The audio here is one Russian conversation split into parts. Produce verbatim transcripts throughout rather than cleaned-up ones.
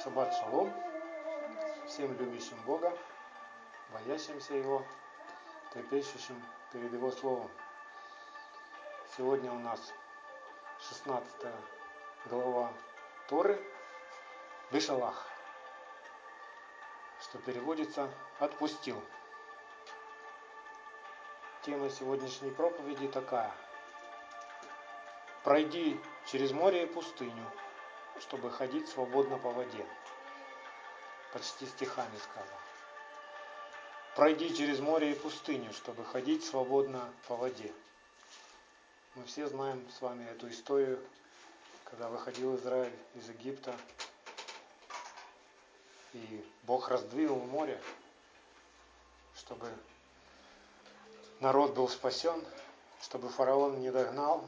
Шаббат шалом всем любящим Бога, боящимся Его, трепещущим перед Его Словом. Сегодня у нас шестнадцатая глава Торы Бешалах, что переводится «отпустил». Тема сегодняшней проповеди такая: «Пройди через море и пустыню, чтобы ходить свободно по воде». Почти стихами сказано. Пройди через море и пустыню, чтобы ходить свободно по воде. Мы все знаем с вами эту историю, когда выходил Израиль из Египта, и Бог раздвинул море, чтобы народ был спасен, чтобы фараон не догнал.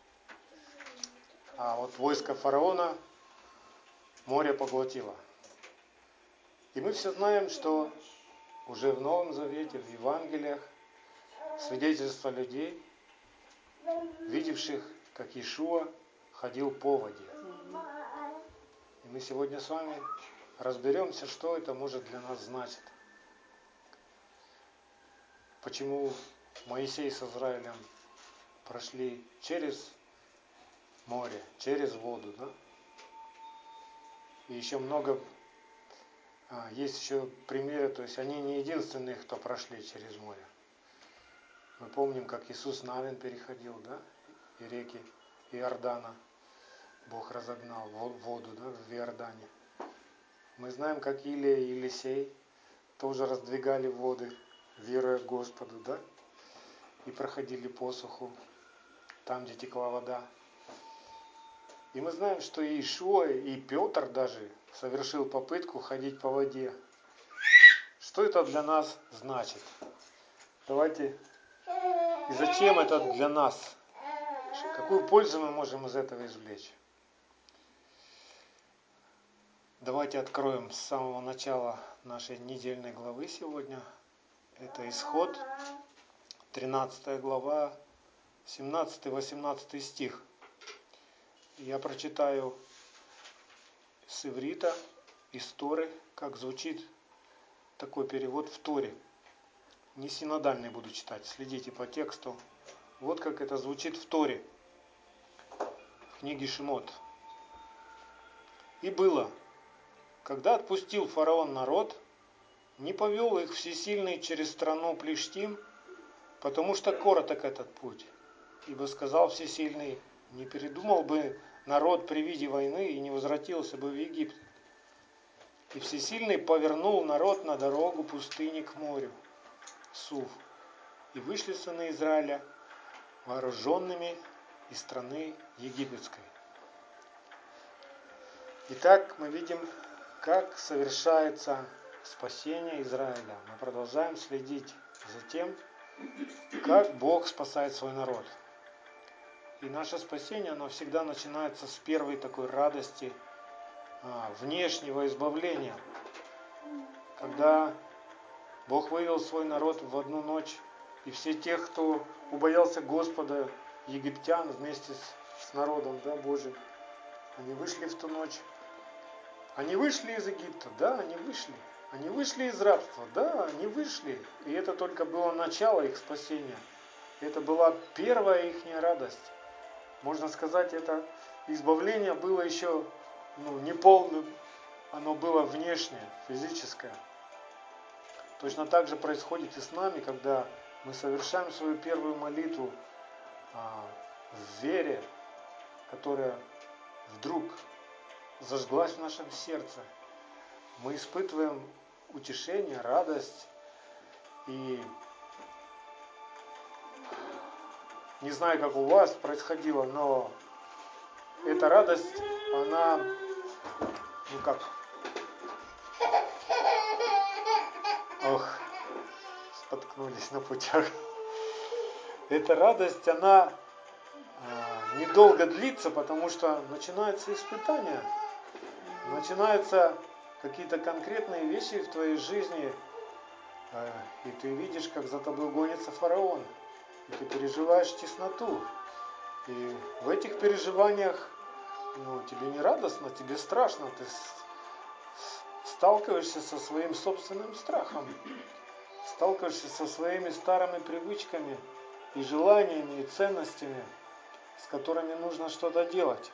А вот войско фараона море поглотило. И мы все знаем, что уже в Новом Завете, в Евангелиях, свидетельство людей, видевших, как Иешуа ходил по воде. И мы сегодня с вами разберемся, что это может для нас значить. Почему Моисей с Израилем прошли через море, через воду, да? И еще много, а, есть еще примеры, то есть они не единственные, кто прошли через море. Мы помним, как Иисус Навин переходил, да, и реки Иордана Бог разогнал, воду, да, в Иордане. Мы знаем, как Илия и Елисей тоже раздвигали воды, веруя Господу, да, и проходили посуху, там, где текла вода. И мы знаем, что и Иешуа, и Петр даже совершил попытку ходить по воде. Что это для нас значит? Давайте, и зачем это для нас? Какую пользу мы можем из этого извлечь? Давайте откроем с самого начала нашей недельной главы сегодня. Это Исход, тринадцатая глава, семнадцатый-восемнадцатый стих. Я прочитаю с иврита, из Торы, как звучит такой перевод в Торе. Не синодальный буду читать, следите по тексту. Вот как это звучит в Торе, в книге Шемот. «И было, когда отпустил фараон народ, не повел их всесильный через страну Плештим, потому что короток этот путь. Ибо сказал всесильный, не передумал бы народ при виде войны и не возвратился бы в Египет. И всесильный повернул народ на дорогу пустыни к морю, Суф, и вышли сыны Израиля вооруженными из страны египетской». Итак, мы видим, как совершается спасение Израиля. Мы продолжаем следить за тем, как Бог спасает свой народ. И наше спасение, оно всегда начинается с первой такой радости, а, внешнего избавления. Когда Бог вывел свой народ в одну ночь, и все тех, кто убоялся Господа, египтян, вместе с, с народом, да, Божьим, они вышли в ту ночь. Они вышли из Египта, да, они вышли. Они вышли из рабства, да, они вышли. И это только было начало их спасения. Это была первая их радость. Можно сказать, это избавление было еще, ну, неполным. Оно было внешнее, физическое. Точно так же происходит и с нами, когда мы совершаем свою первую молитву а, в вере, которая вдруг зажглась в нашем сердце. Мы испытываем утешение, радость. И не знаю, как у вас происходило, но эта радость, она, ну как, ох, споткнулись на путях. Эта радость, она а, недолго длится, потому что начинаются испытания. Начинаются какие-то конкретные вещи в твоей жизни, и ты видишь, как за тобой гонится фараон, и ты переживаешь тесноту. И в этих переживаниях, ну, тебе не радостно, тебе страшно, ты сталкиваешься со своим собственным страхом, сталкиваешься со своими старыми привычками и желаниями, и ценностями, с которыми нужно что-то делать.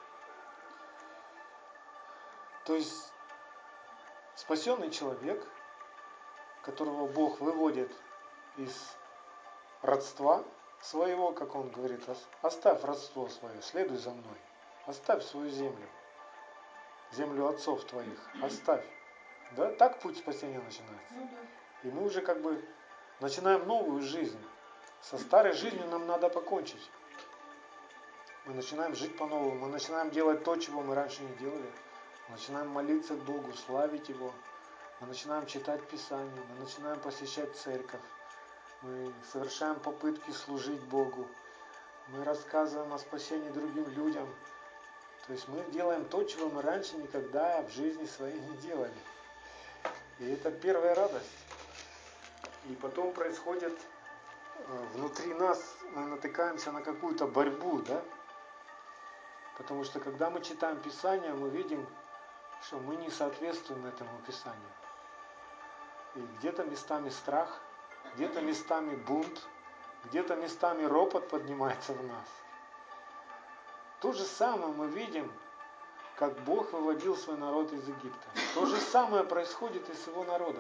То есть спасенный человек, которого Бог выводит из родства своего, как он говорит, оставь родство свое, следуй за мной, оставь свою землю, землю отцов твоих, оставь. Да? Так путь спасения начинается. И мы уже как бы начинаем новую жизнь. Со старой жизнью нам надо покончить. Мы начинаем жить по-новому, мы начинаем делать то, чего мы раньше не делали. Мы начинаем молиться к Богу, славить Его. Мы начинаем читать Писание, мы начинаем посещать церковь. Мы совершаем попытки служить Богу. Мы рассказываем о спасении другим людям. То есть мы делаем то, чего мы раньше никогда в жизни своей не делали. И это первая радость. И потом происходит внутри нас, мы натыкаемся на какую-то борьбу, да? Потому что когда мы читаем Писание, мы видим, что мы не соответствуем этому Писанию. И где-то местами страх, где-то местами бунт, где-то местами ропот поднимается в нас. То же самое мы видим, как Бог выводил свой народ из Египта. То же самое происходит и с его народом.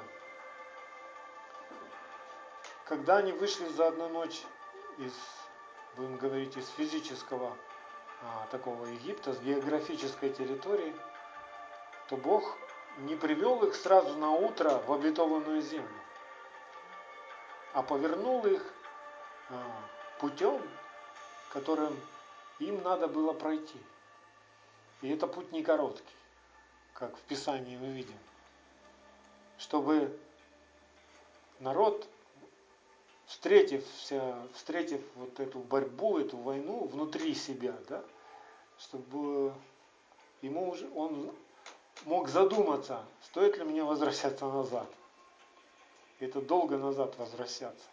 Когда они вышли за одну ночь из, будем говорить, из физического а, такого Египта, с географической территории, то Бог не привел их сразу на утро в обетованную землю, а повернул их а, путем, которым им надо было пройти. И это путь не короткий, как в Писании мы видим. Чтобы народ, встретив, встретив вот эту борьбу, эту войну внутри себя, да, чтобы ему уже, он мог задуматься, стоит ли мне возвращаться назад. Это долго назад возвращаться.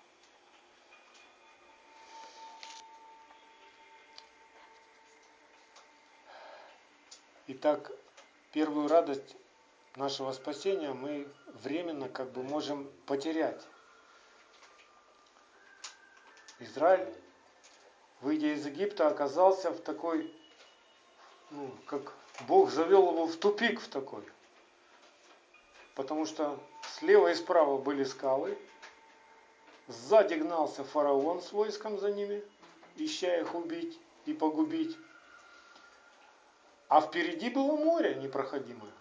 Итак, первую радость нашего спасения мы временно как бы можем потерять. Израиль, выйдя из Египта, оказался в такой, ну, как Бог завел его в тупик в такой. Потому что слева и справа были скалы, сзади гнался фараон с войском за ними, ища их убить и погубить. А впереди было море непроходимое.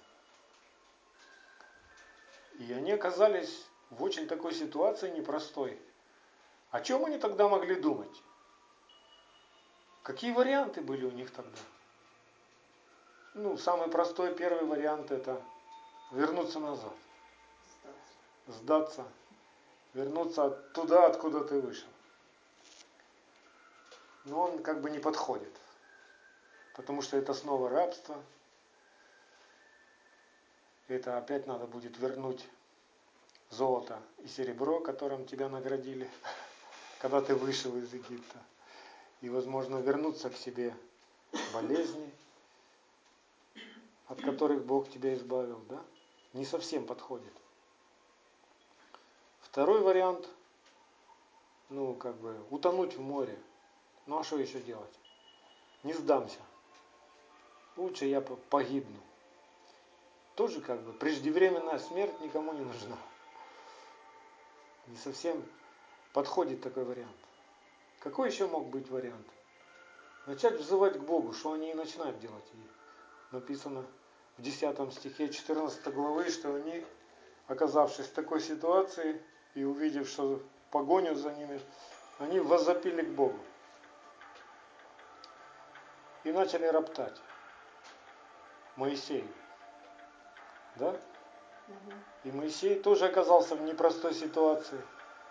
И они оказались в очень такой ситуации непростой. О чем они тогда могли думать? Какие варианты были у них тогда? Ну, самый простой первый вариант — это вернуться назад. Сдаться. Вернуться туда, откуда ты вышел. Но он как бы не подходит. Потому что это снова рабство. Это опять надо будет вернуть золото и серебро, которым тебя наградили, когда ты вышел из Египта. И, возможно, вернуться к себе болезни, от которых Бог тебя избавил, да? Не совсем подходит. Второй вариант, ну, как бы, утонуть в море. Ну, а что еще делать? Не сдамся. Лучше я погибну. Тоже как бы преждевременная смерть никому не нужна. Не совсем подходит такой вариант. Какой еще мог быть вариант? Начать взывать к Богу, что они и начинают делать. И написано в десятом стихе четырнадцатой главы, что они, оказавшись в такой ситуации и увидев, что погоню за ними, они воззапили к Богу. И начали роптать Моисею. Да? И Моисей тоже оказался в непростой ситуации.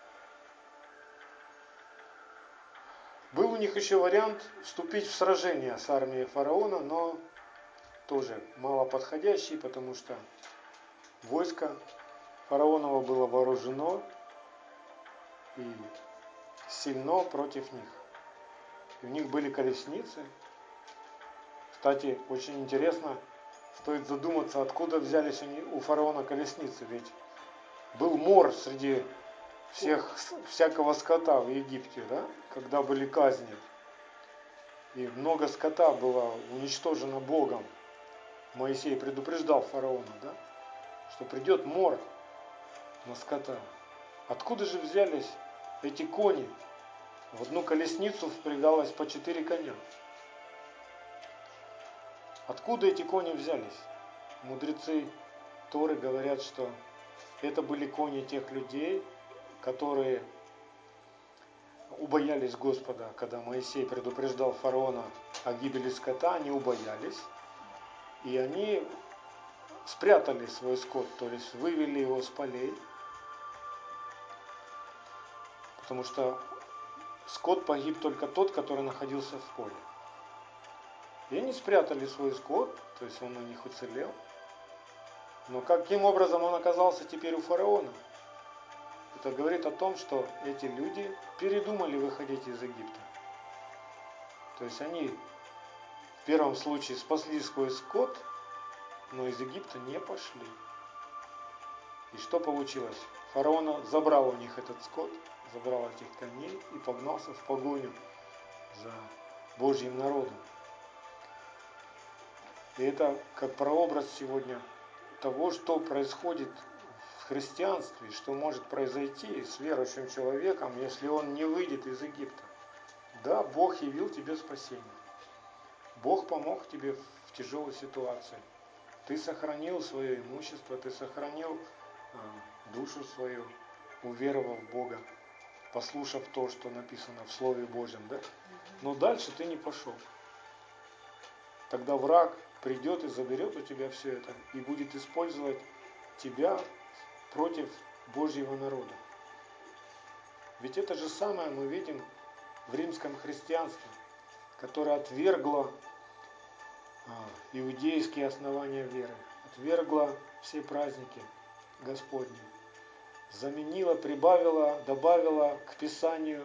Был у них еще вариант вступить в сражение с армией фараона, но тоже мало подходящий, потому что войско фараонова было вооружено и сильно против них. И у них были колесницы. Кстати, очень интересно, стоит задуматься, откуда взялись они у фараона колесницы. Ведь был мор среди всех, всякого скота в Египте, да, когда были казни. И много скота было уничтожено Богом. Моисей предупреждал фараона, да, что придет мор на скота. Откуда же взялись эти кони? В одну колесницу впрягалось по четыре коня. Откуда эти кони взялись? Мудрецы Торы говорят, что это были кони тех людей, которые убоялись Господа. Когда Моисей предупреждал фараона о гибели скота, они убоялись. И они спрятали свой скот, то есть вывели его с полей. Потому что скот погиб только тот, который находился в поле. И они спрятали свой скот, то есть он у них уцелел. Но каким образом он оказался теперь у фараона? Это говорит о том, что эти люди передумали выходить из Египта. То есть они в первом случае спасли свой скот, но из Египта не пошли. И что получилось? Фараон забрал у них этот скот, забрал этих коней и погнался в погоню за Божьим народом. И это как прообраз сегодня того, что происходит в христианстве, что может произойти с верующим человеком, если он не выйдет из Египта. Да, Бог явил тебе спасение. Бог помог тебе в тяжелой ситуации. Ты сохранил свое имущество, ты сохранил э, душу свою, уверовав в Бога, послушав то, что написано в Слове Божьем, да? Но дальше ты не пошел. Тогда враг придет и заберет у тебя все это и будет использовать тебя против Божьего народа. Ведь это же самое мы видим в римском христианстве, которое отвергло а, иудейские основания веры, отвергло все праздники Господни, заменило, прибавило, добавило к Писанию.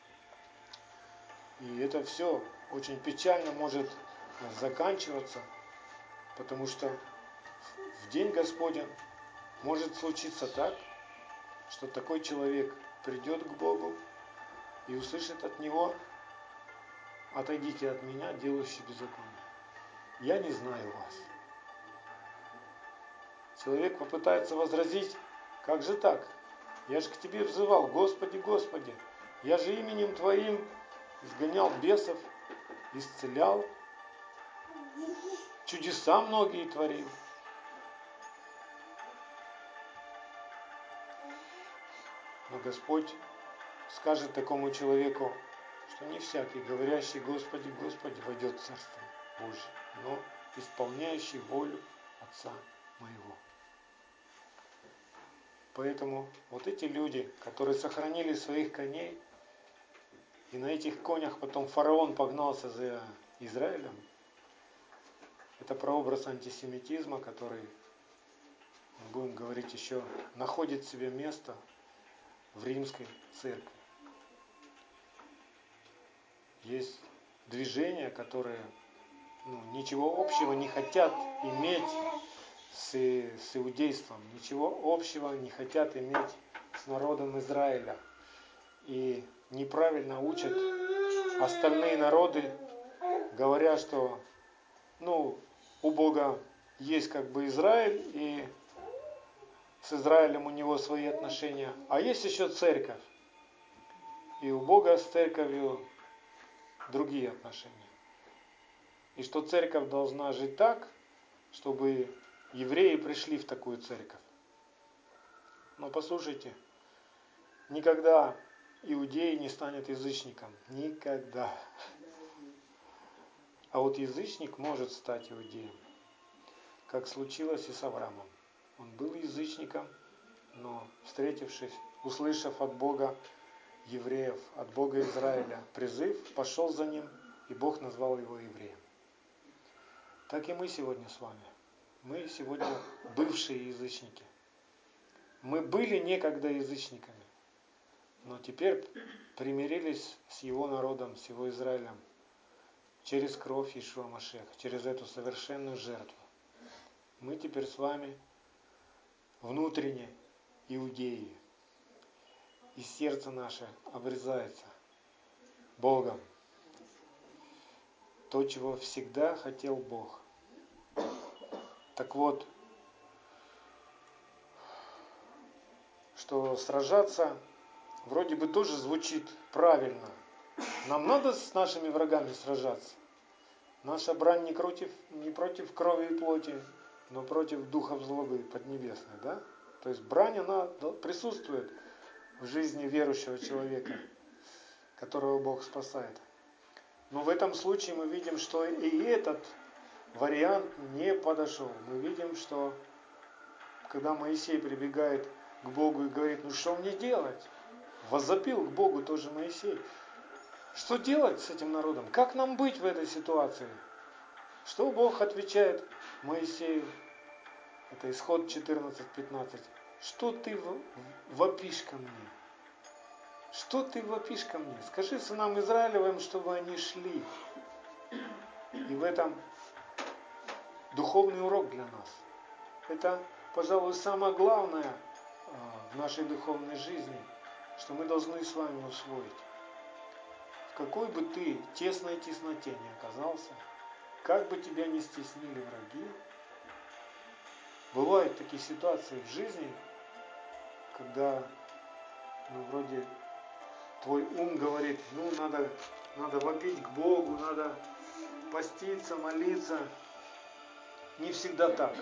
И это все очень печально может заканчиваться, потому что в день Господень может случиться так, что такой человек придет к Богу и услышит от Него: отойдите от меня, делающие беззаконие. Я не знаю вас. Человек попытается возразить: как же так? Я же к тебе взывал: Господи, Господи, я же именем Твоим изгонял бесов, исцелял, чудеса многие творил. Но Господь скажет такому человеку, что не всякий, говорящий Господи, Господи, войдет в Царство Божие, но исполняющий волю Отца моего. Поэтому вот эти люди, которые сохранили своих коней, и на этих конях потом фараон погнался за Израилем, это прообраз антисемитизма, который, мы будем говорить еще, находит себе место в римской церкви. Есть движения, которые ну, ничего общего не хотят иметь с, с иудейством, ничего общего не хотят иметь с народом Израиля. И неправильно учат остальные народы, говоря, что ну, у Бога есть как бы Израиль, и с Израилем у него свои отношения, а есть еще церковь. И у Бога с церковью другие отношения. И что церковь должна жить так, чтобы евреи пришли в такую церковь. Но послушайте, никогда иудей не станет язычником. Никогда. А вот язычник может стать иудеем, как случилось и с Авраамом. Он был язычником, но встретившись, услышав от Бога евреев, от Бога Израиля призыв, пошел за ним, и Бог назвал его евреем. Так и мы сегодня с вами. Мы сегодня бывшие язычники. Мы были некогда язычниками, но теперь примирились с его народом, с его Израилем через кровь Иешуа Машиаха, через эту совершенную жертву. мы теперь с вами внутренне иудеи. И сердце наше обрезается Богом. То, чего всегда хотел Бог. Так вот, что сражаться вроде бы тоже звучит правильно. Нам надо с нашими врагами сражаться. Наша брань не против, не против крови и плоти, но против духов злобы поднебесной. Да? То есть брань, она присутствует в жизни верующего человека, которого Бог спасает. Но в этом случае мы видим, что и этот вариант не подошел. Мы видим, что когда Моисей прибегает к Богу и говорит, ну что мне делать? Возопил к Богу тоже Моисей. Что делать с этим народом? Как нам быть в этой ситуации? Что Бог отвечает Моисею? Это Исход четырнадцать пятнадцать. Что ты вопишь ко мне? Что ты вопишь ко мне? Скажи сынам Израилевым, чтобы они шли. И в этом духовный урок для нас. Это, пожалуй, самое главное в нашей духовной жизни, что мы должны с вами усвоить. В какой бы ты тесной тесноте ни оказался, как бы тебя ни стеснили враги, бывают такие ситуации в жизни, когда ну, вроде твой ум говорит, ну надо, надо вопить к Богу, надо поститься, молиться. Не всегда так.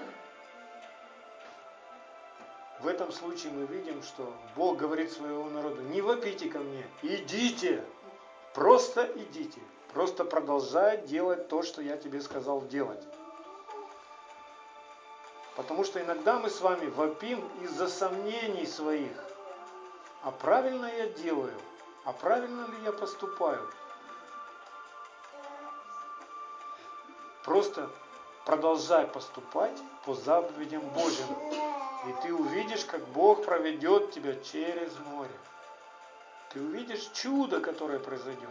В этом случае мы видим, что Бог говорит своему народу, не вопите ко мне, идите, просто идите, просто продолжай делать то, что я тебе сказал делать. Потому что иногда мы с вами вопим из-за сомнений своих. А правильно я делаю? А правильно ли я поступаю? Просто продолжай поступать по заповедям Божьим. И ты увидишь, как Бог проведет тебя через море. Ты увидишь чудо, которое произойдет.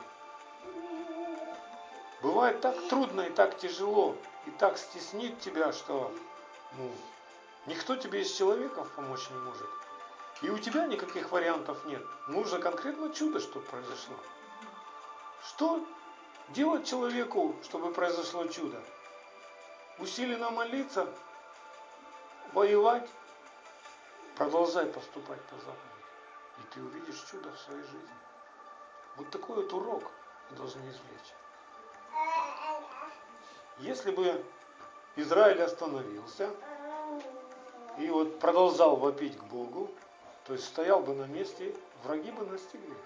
Бывает так трудно и так тяжело, и так стеснит тебя, что ну, никто тебе из человеков помочь не может. И у тебя никаких вариантов нет. Нужно конкретно чудо, чтобы произошло. Что делать человеку, чтобы произошло чудо? Усиленно молиться, воевать, продолжай поступать по заповеди. И ты увидишь чудо в своей жизни. Вот такой вот урок мы должны извлечь. Если бы Израиль остановился и вот продолжал вопить к Богу, то есть стоял бы на месте, враги бы настигли их.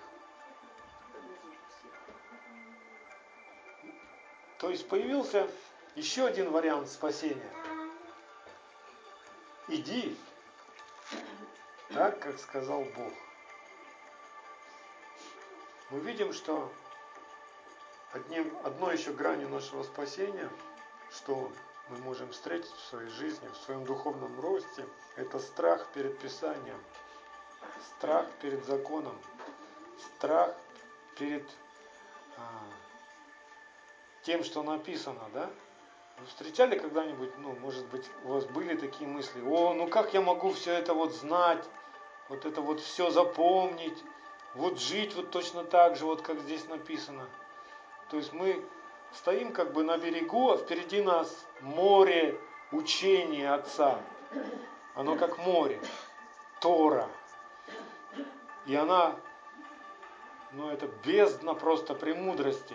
То есть появился еще один вариант спасения. Иди, так, как сказал Бог. Мы видим, что одним, одной еще гранью нашего спасения, что мы можем встретить в своей жизни, в своем духовном росте, это страх перед Писанием, страх перед законом, страх перед а, тем, что написано, да? Вы встречали когда-нибудь, ну, может быть, у вас были такие мысли, о, ну как я могу все это вот знать, вот это вот все запомнить, вот жить вот точно так же, вот как здесь написано. То есть мы стоим как бы на берегу, а впереди нас море учения Отца. Оно как море, Тора. И она, ну это бездна просто премудрости.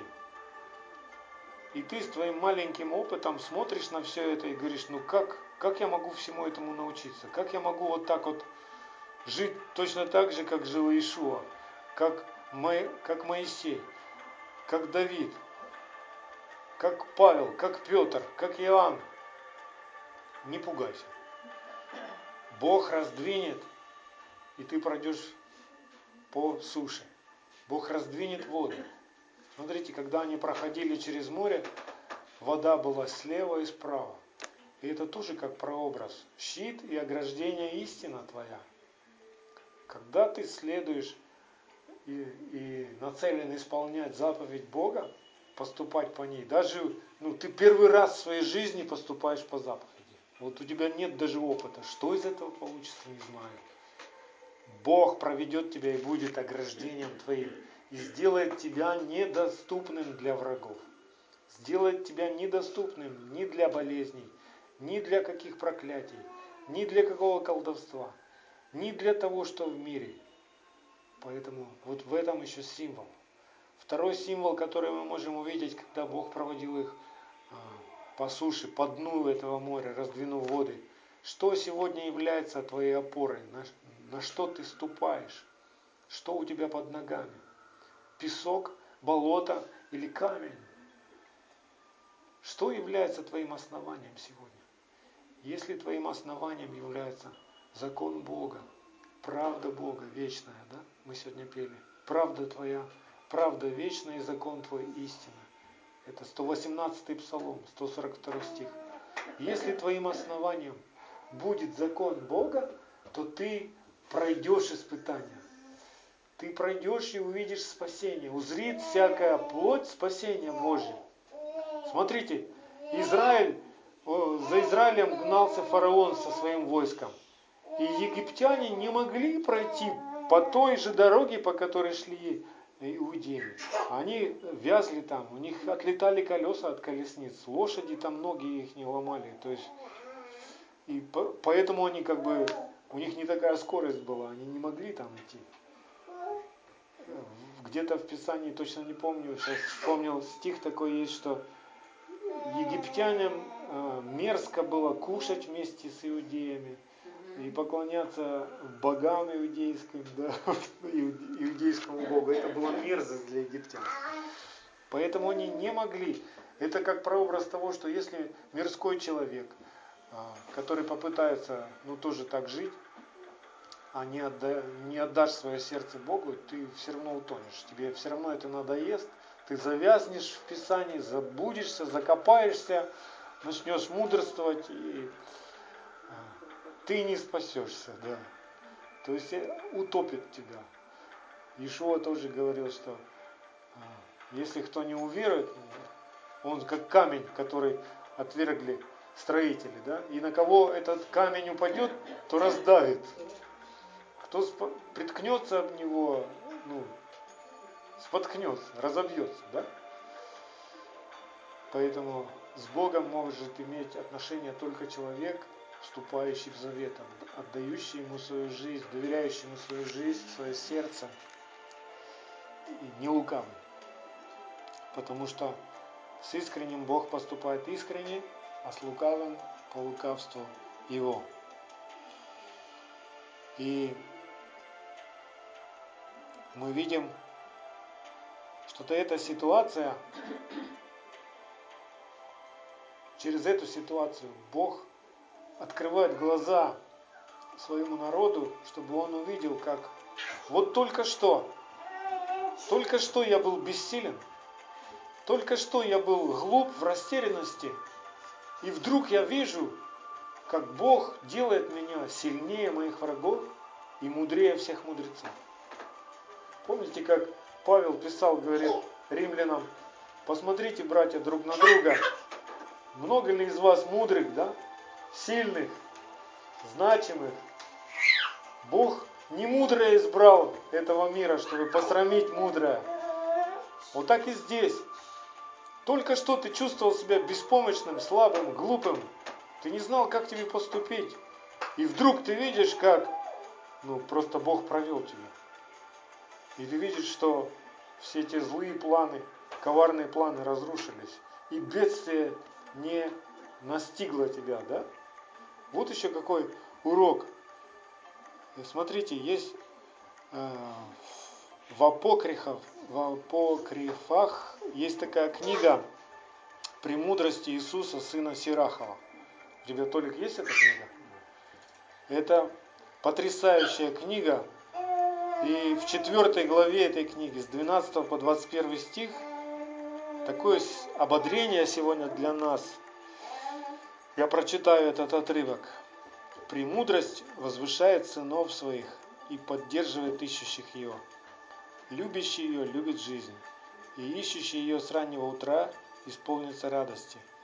И ты с твоим маленьким опытом смотришь на все это и говоришь, ну как, как я могу всему этому научиться? Как я могу вот так вот жить точно так же, как жил Иешуа, как, Мо, как Моисей, как Давид, как Павел, как Петр, как Иоанн? Не пугайся. Бог раздвинет, и ты пройдешь по суше. Бог раздвинет воду. Смотрите, когда они проходили через море, вода была слева и справа. И это тоже как прообраз. Щит и ограждение истина твоя. Когда ты следуешь и, и нацелен исполнять заповедь Бога, поступать по ней, даже ну, ты первый раз в своей жизни поступаешь по заповеди. Вот у тебя нет даже опыта. Что из этого получится, не знаю. Бог проведет тебя и будет ограждением твоим. И сделает тебя недоступным для врагов. Сделает тебя недоступным ни для болезней, ни для каких проклятий, ни для какого колдовства, ни для того, что в мире. Поэтому вот в этом еще символ. Второй символ, который мы можем увидеть, когда Бог проводил их по суше, по дну этого моря, раздвинув воды. Что сегодня является твоей опорой? На, на что ты ступаешь? Что у тебя под ногами? Песок, болото или камень? Что является твоим основанием сегодня? Если твоим основанием является закон Бога, правда Бога вечная, да? Мы сегодня пели. Правда твоя, правда вечная и закон твой истина. Это сто восемнадцатый псалом, сто сорок второй стих. Если твоим основанием будет закон Бога, то ты пройдешь испытания. Ты пройдешь и увидишь спасение. Узрит всякая плоть спасения Божье. Смотрите, Израиль, за Израилем гнался фараон со своим войском. И египтяне не могли пройти по той же дороге, по которой шли иудеи. Они вязли там, у них отлетали колеса от колесниц, лошади там ноги их не ломали. То есть, и по, поэтому они как бы, у них не такая скорость была, они не могли там идти. Где-то в Писании, точно не помню, сейчас вспомнил стих такой есть, что египтянам э, мерзко было кушать вместе с иудеями и поклоняться богам иудейским, да, иудейскому богу. Это была мерзость для египтян. Поэтому они не могли. Это как прообраз того, что если мирской человек, который попытается, ну, тоже так жить, а не, отда, не отдашь свое сердце Богу, ты все равно утонешь. Тебе все равно это надоест. Ты завязнешь в Писании, забудешься, закопаешься, начнешь мудрствовать, и ты не спасешься, да. То есть утопит тебя. Иешуа тоже говорил, что если кто не уверует, он как камень, который отвергли строители, да, и на кого этот камень упадет, то раздавит. Кто приткнется об него, ну, споткнется, разобьется, да? Поэтому с Богом может иметь отношение только человек, вступающий в завет, отдающий Ему свою жизнь, доверяющий Ему свою жизнь, свое сердце, и не лукавый. Потому что с искренним Бог поступает искренне, а с лукавым по лукавству Его. И мы видим, что эта ситуация, через эту ситуацию Бог открывает глаза своему народу, чтобы он увидел, как вот только что, только что я был бессилен, только что я был глуп в растерянности, и вдруг я вижу, как Бог делает меня сильнее моих врагов и мудрее всех мудрецов. Помните, как Павел писал, говорит римлянам: посмотрите, братья, друг на друга, много ли из вас мудрых, да, сильных, значимых? Бог не мудрое избрал этого мира, чтобы посрамить мудрое. Вот так и здесь. Только что ты чувствовал себя беспомощным, слабым, глупым. Ты не знал, как тебе поступить. И вдруг ты видишь, как, ну, просто Бог провел тебя. И ты видишь, что все эти злые планы, коварные планы разрушились. И бедствие не настигло тебя, да? Вот еще какой урок. Смотрите, есть э, в апокрифах, в апокрифах есть такая книга «Премудрости Иисуса, сына Сирахова». У тебя, Толик, есть эта книга? Это потрясающая книга. И в четвертой главе этой книги, с двенадцатого по двадцать первый стих, такое ободрение сегодня для нас. Я прочитаю этот отрывок. «Премудрость возвышает сынов своих и поддерживает ищущих ее. Любящий ее любит жизнь, и ищущий ее с раннего утра исполнится радости.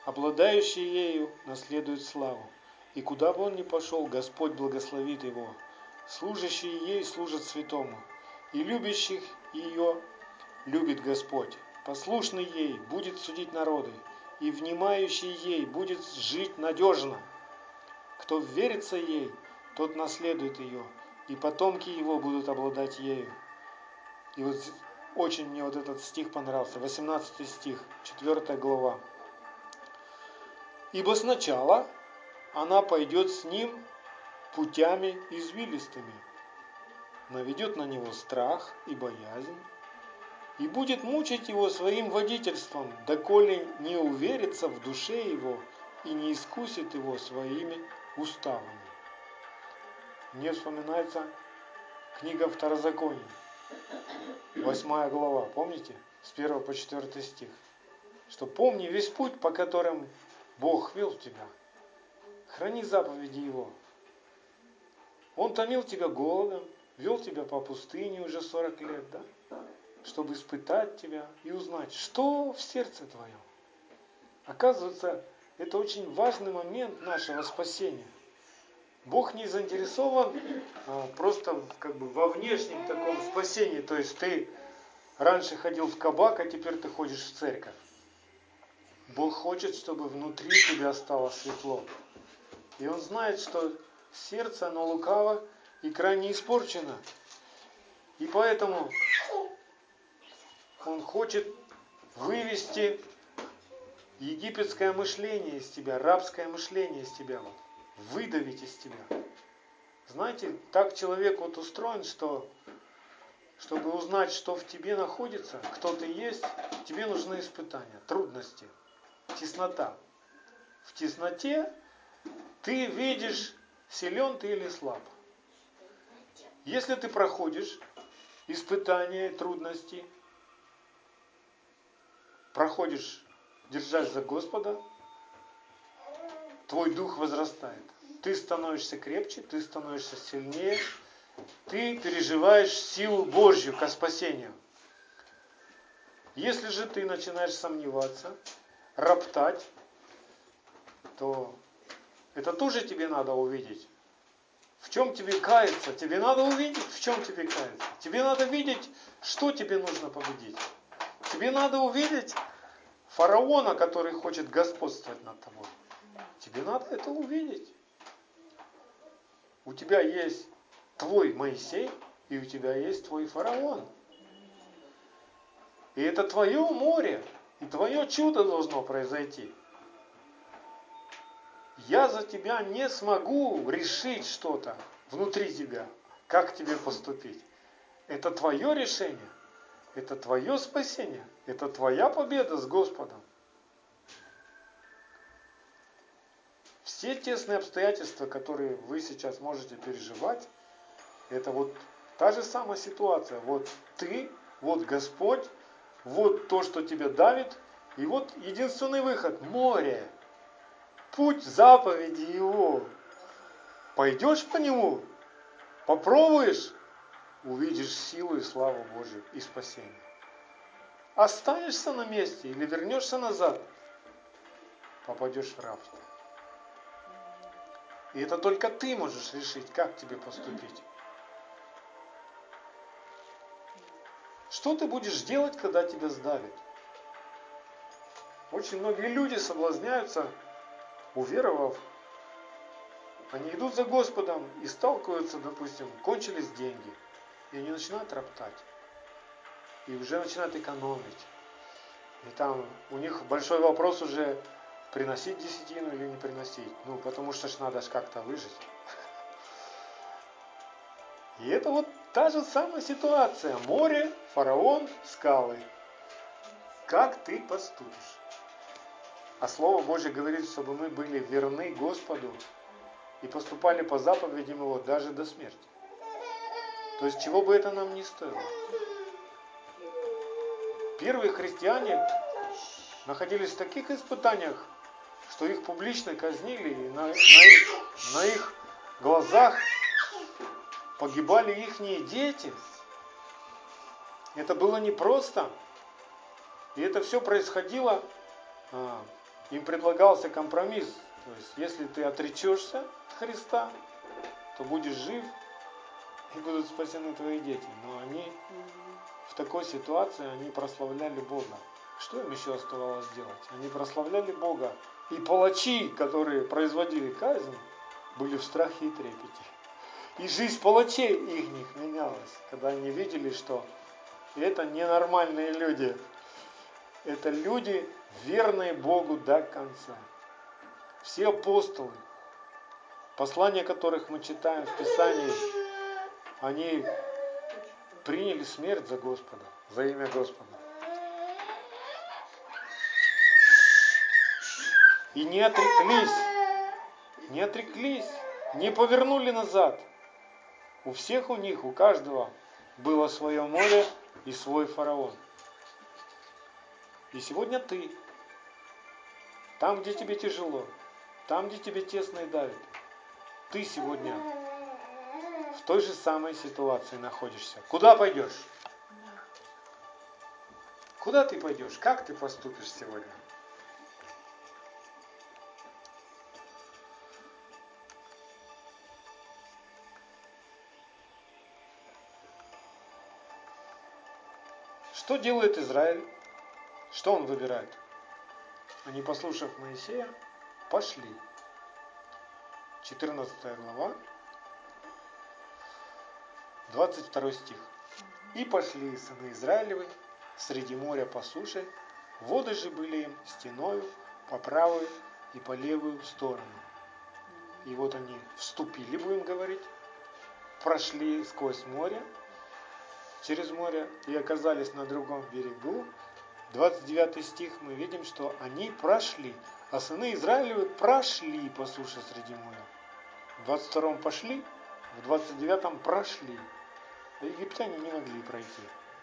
обладающий ею наследует славу. И куда бы он ни пошел, Господь благословит его. Служащие ей служат святому, и любящих ее любит Господь. Послушный ей будет судить народы, и внимающий ей будет жить надежно. Кто верится ей, тот наследует ее, и потомки его будут обладать ею. И вот очень мне вот этот стих понравился, восемнадцатый стих, четвёртая глава. Ибо сначала она пойдет с ним путями извилистыми, наведет на него страх и боязнь, и будет мучить его своим водительством, доколе не уверится в душе его и не искусит его своими уставами. Мне вспоминается книга Второзакония, восьмая глава, помните? С первого по четвёртый стих. Что помни весь путь, по которым Бог вел тебя. Храни заповеди Его. Он томил тебя голодом, вел тебя по пустыне уже сорок лет, да? Чтобы испытать тебя и узнать, что в сердце твоем. Оказывается, это очень важный момент нашего спасения. Бог не заинтересован а, просто как бы во внешнем таком спасении. То есть ты раньше ходил в кабак, а теперь ты ходишь в церковь. Бог хочет, чтобы внутри тебя стало светло. И Он знает, что сердце, оно лукаво и крайне испорчено. И поэтому Он хочет вывести египетское мышление из тебя, рабское мышление из тебя, вот, выдавить из тебя. Знаете, так человек вот устроен, что чтобы узнать, что в тебе находится, кто ты есть, тебе нужны испытания, трудности, теснота. В тесноте ты видишь, силен ты или слаб. Если ты проходишь испытания, трудности, проходишь, держась за Господа, твой дух возрастает. Ты становишься крепче, ты становишься сильнее, ты переживаешь силу Божью ко спасению. Если же ты начинаешь сомневаться, роптать, то это тоже тебе надо увидеть. В чем тебе каяться? Тебе надо увидеть, в чем тебе каяться. Тебе надо видеть, что тебе нужно победить. Тебе надо увидеть фараона, который хочет господствовать над тобой. Тебе надо это увидеть. У тебя есть твой Моисей, и у тебя есть твой фараон. И это твое море, и твое чудо должно произойти. Я за тебя не смогу решить что-то внутри тебя, как тебе поступить. Это твое решение, это твое спасение, это твоя победа с Господом. Все тесные обстоятельства, которые вы сейчас можете переживать, это вот та же самая ситуация. Вот ты, вот Господь, вот то, что тебя давит, и вот единственный выход – море. Путь заповеди Его. Пойдешь по нему, попробуешь, увидишь силу и славу Божию и спасение. Останешься на месте или вернешься назад, попадешь в рабство. И это только ты можешь решить, как тебе поступить. Что ты будешь делать, когда тебя сдавят? Очень многие люди соблазняются, уверовав. Они идут за Господом и сталкиваются, допустим, кончились деньги. И они начинают роптать. И уже начинают экономить. И там у них большой вопрос уже, приносить десятину или не приносить. Ну, потому что ж надо ж как-то выжить. И это вот та же самая ситуация. Море, фараон, скалы. Как ты поступишь? А Слово Божье говорит, чтобы мы были верны Господу и поступали по заповедям Его даже до смерти. То есть, чего бы это нам ни стоило. Первые христиане находились в таких испытаниях, что их публично казнили, и на, на, их, на их глазах погибали ихние дети. Это было непросто. И это все происходило а, им предлагался компромисс. То есть, если ты отречешься от Христа, то будешь жив и будут спасены твои дети. Но они в такой ситуации, они прославляли Бога. Что им еще оставалось делать? Они прославляли Бога. И палачи, которые производили казнь, были в страхе и трепете. И жизнь палачей их менялась, когда они видели, что это ненормальные люди. Это люди, верные Богу до конца. Все апостолы, послания которых мы читаем в Писании, они приняли смерть за Господа, за имя Господа. И не отреклись, не отреклись, не повернули назад. У всех у них, у каждого было свое море и свой фараон. И сегодня ты, там, где тебе тяжело, там, где тебе тесно и давит, ты сегодня в той же самой ситуации находишься. Куда пойдешь? Куда ты пойдешь? Как ты поступишь сегодня? Что делает Израиль? Что он выбирает? Они, послушав Моисея, пошли. четырнадцатая глава, двадцать второй стих. И пошли сыны Израилевы среди моря по суше, воды же были им стеною по правую и по левую сторону. И вот они вступили, будем говорить, прошли сквозь море, через море и оказались на другом берегу. двадцать девятый стих мы видим, что они прошли, а сыны Израилевы прошли по суше среди моря. В двадцать втором пошли, в двадцать девятом прошли, а египтяне не могли пройти.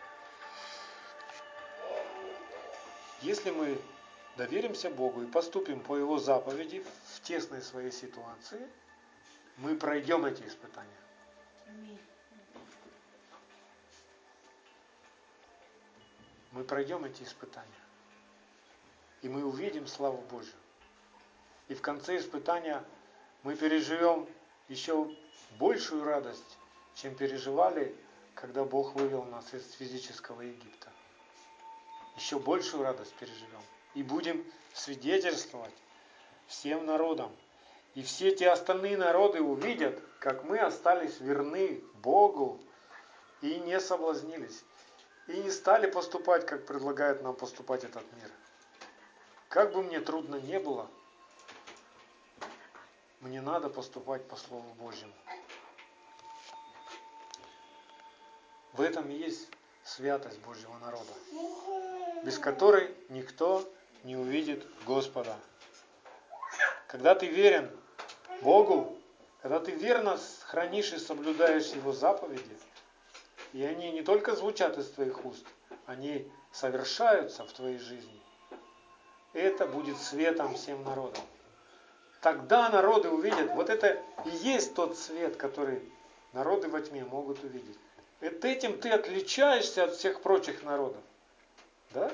Если мы доверимся Богу и поступим по Его заповеди в тесной своей ситуации, мы пройдем эти испытания. Мы пройдем эти испытания. И мы увидим славу Божию. И в конце испытания мы переживем еще большую радость, чем переживали, когда Бог вывел нас из физического Египта. Еще большую радость переживем. И будем свидетельствовать всем народам. И все те остальные народы увидят, как мы остались верны Богу и не соблазнились. И не стали поступать, как предлагает нам поступать этот мир. Как бы мне трудно не было, мне надо поступать по Слову Божьему. В этом и есть святость Божьего народа, без которой никто не увидит Господа. Когда ты верен Богу, когда ты верно хранишь и соблюдаешь Его заповеди, и они не только звучат из твоих уст, они совершаются в твоей жизни, это будет светом всем народам. Тогда народы увидят, вот это и есть тот свет, который народы во тьме могут увидеть. Это этим ты отличаешься от всех прочих народов. Да?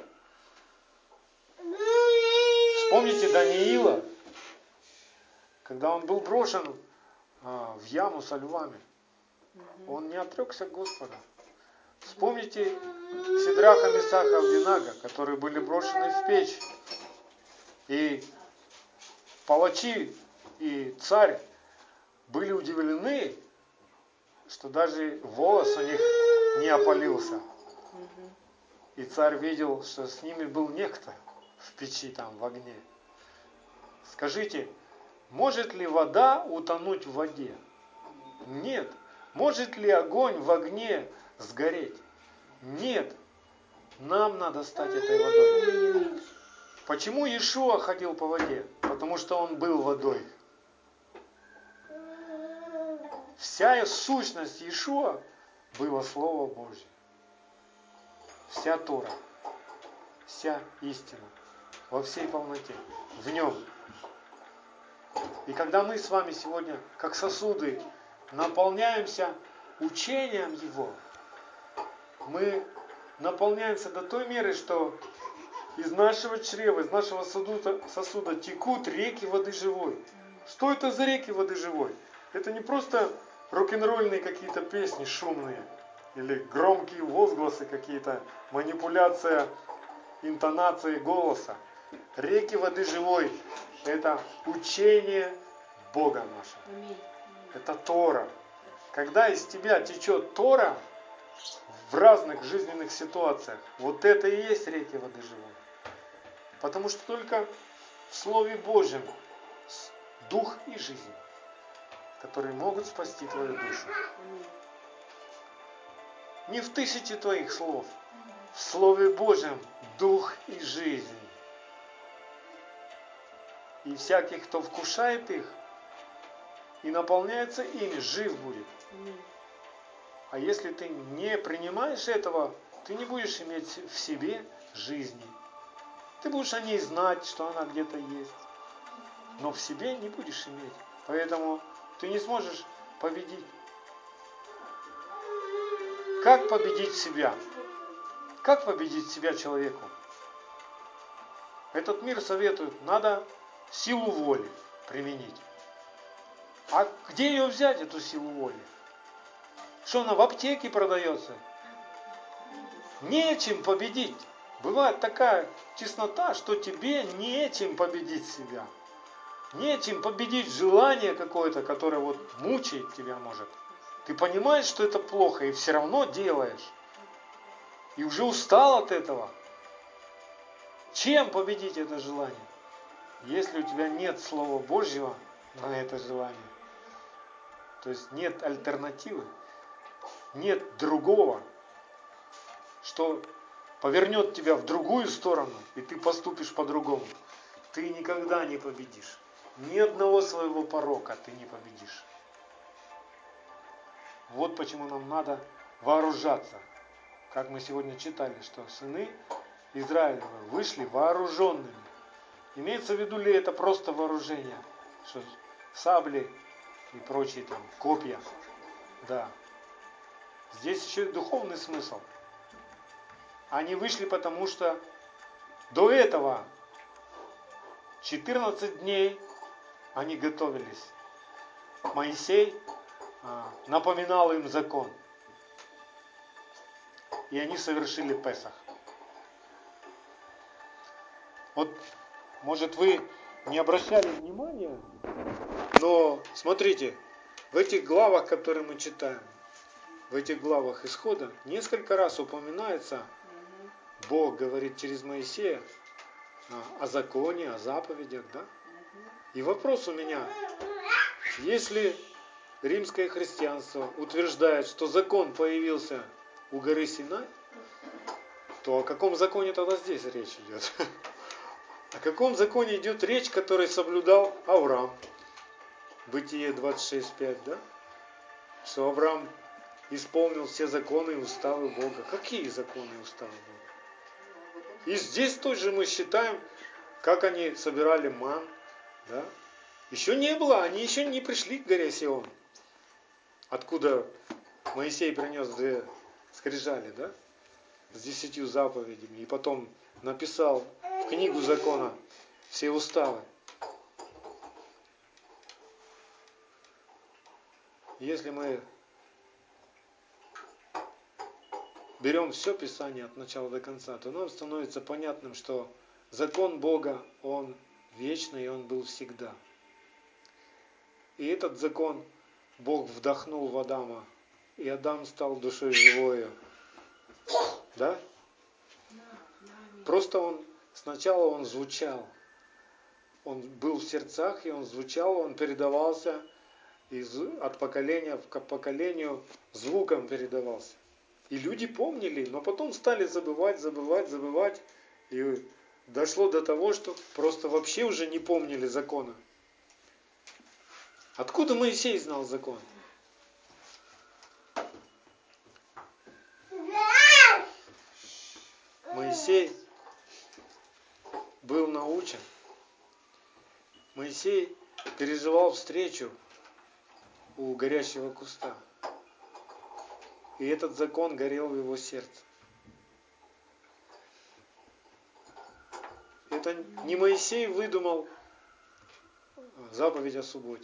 Вспомните Даниила, когда он был брошен а, в яму со львами. Он не отрекся к Господу. Вспомните Сидраха, Месаха, Авдинага, которые были брошены в печь. И палачи и царь были удивлены, что даже волос у них не опалился. И царь видел, что с ними был некто в печи, там, в огне. Скажите, может ли вода утонуть в воде? Нет. Может ли огонь в огне сгореть? Нет. Нам надо стать этой водой. Почему Иешуа ходил по воде? Потому что он был водой. Вся сущность Иешуа было Слово Божье. Вся Тора, вся истина во всей полноте, в нем. И когда мы с вами сегодня, как сосуды, наполняемся учением Его, мы наполняемся до той меры, что из нашего чрева, из нашего сосуда, сосуда текут реки воды живой. Что это за реки воды живой? Это не просто рок-н-ролльные какие-то песни шумные, или громкие возгласы какие-то, манипуляция интонации голоса. Реки воды живой – это учение Бога нашего. Это Тора. Когда из тебя течет Тора в разных жизненных ситуациях, вот это и есть реки воды живой. Потому что только в Слове Божьем дух и жизнь, которые могут спасти твою душу. Не в тысяче твоих слов, в Слове Божьем дух и жизнь. И всякий, кто вкушает их и наполняется ими, жив будет. А если ты не принимаешь этого, ты не будешь иметь в себе жизни. Ты будешь о ней знать, что она где-то есть, но в себе не будешь иметь. Поэтому ты не сможешь победить. Как победить себя? Как победить себя человеку? Этот мир советует, надо силу воли применить. А где ее взять, эту силу воли? Что она в аптеке продается? Нечем победить. Бывает такая чеснота, что тебе нечем победить себя. Нечем победить желание какое-то, которое вот мучает тебя может. Ты понимаешь, что это плохо, и все равно делаешь. И уже устал от этого. Чем победить это желание? Если у тебя нет Слова Божьего на это желание, то есть нет альтернативы, нет другого, что повернет тебя в другую сторону, и ты поступишь по-другому, ты никогда не победишь. Ни одного своего порока ты не победишь. Вот почему нам надо вооружаться. Как мы сегодня читали, что сыны Израилевы вышли вооруженными. Имеется в виду ли это просто вооружение? Что сабли и прочие там копья. Да. Здесь еще и духовный смысл. Они вышли, потому что до этого четырнадцать дней они готовились. Моисей а, напоминал им закон. И они совершили Песах. Вот, может, вы не обращали внимания, но смотрите, в этих главах, которые мы читаем, в этих главах Исхода, несколько раз упоминается, Бог говорит через Моисея о законе, о заповедях, да? И вопрос у меня, если римское христианство утверждает, что закон появился у горы Синай, то о каком законе тогда здесь речь идет? О каком законе идет речь, который соблюдал Авраам? Бытие двадцать шесть пять, да? Что Авраам исполнил все законы и уставы Бога. Какие законы и уставы Бога? И здесь тоже мы считаем, как они собирали ман, да? Еще не было, они еще не пришли к горе Сион, откуда Моисей принес две скрижали, да? С десятью заповедями. И потом написал в книгу закона все уставы. Если мы берем все Писание от начала до конца, то нам становится понятным, что закон Бога, он вечный, и он был всегда. И этот закон Бог вдохнул в Адама, и Адам стал душой живою. Да? Просто он, сначала он звучал. Он был в сердцах, и он звучал, он передавался из, от поколения к поколению, звуком передавался. И люди помнили, но потом стали забывать, забывать, забывать. И дошло до того, что просто вообще уже не помнили закона. Откуда Моисей знал закон? Моисей был научен. Моисей переживал встречу у горящего куста. И этот закон горел в его сердце. Это не Моисей выдумал заповедь о субботе.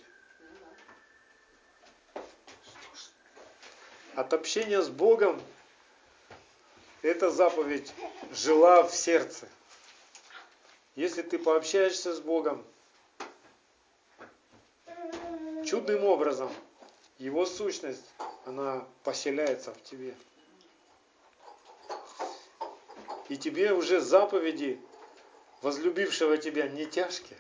От общения с Богом эта заповедь жила в сердце. Если ты пообщаешься с Богом чудным образом, Его сущность, она поселяется в тебе. И тебе уже заповеди возлюбившего тебя не тяжкие.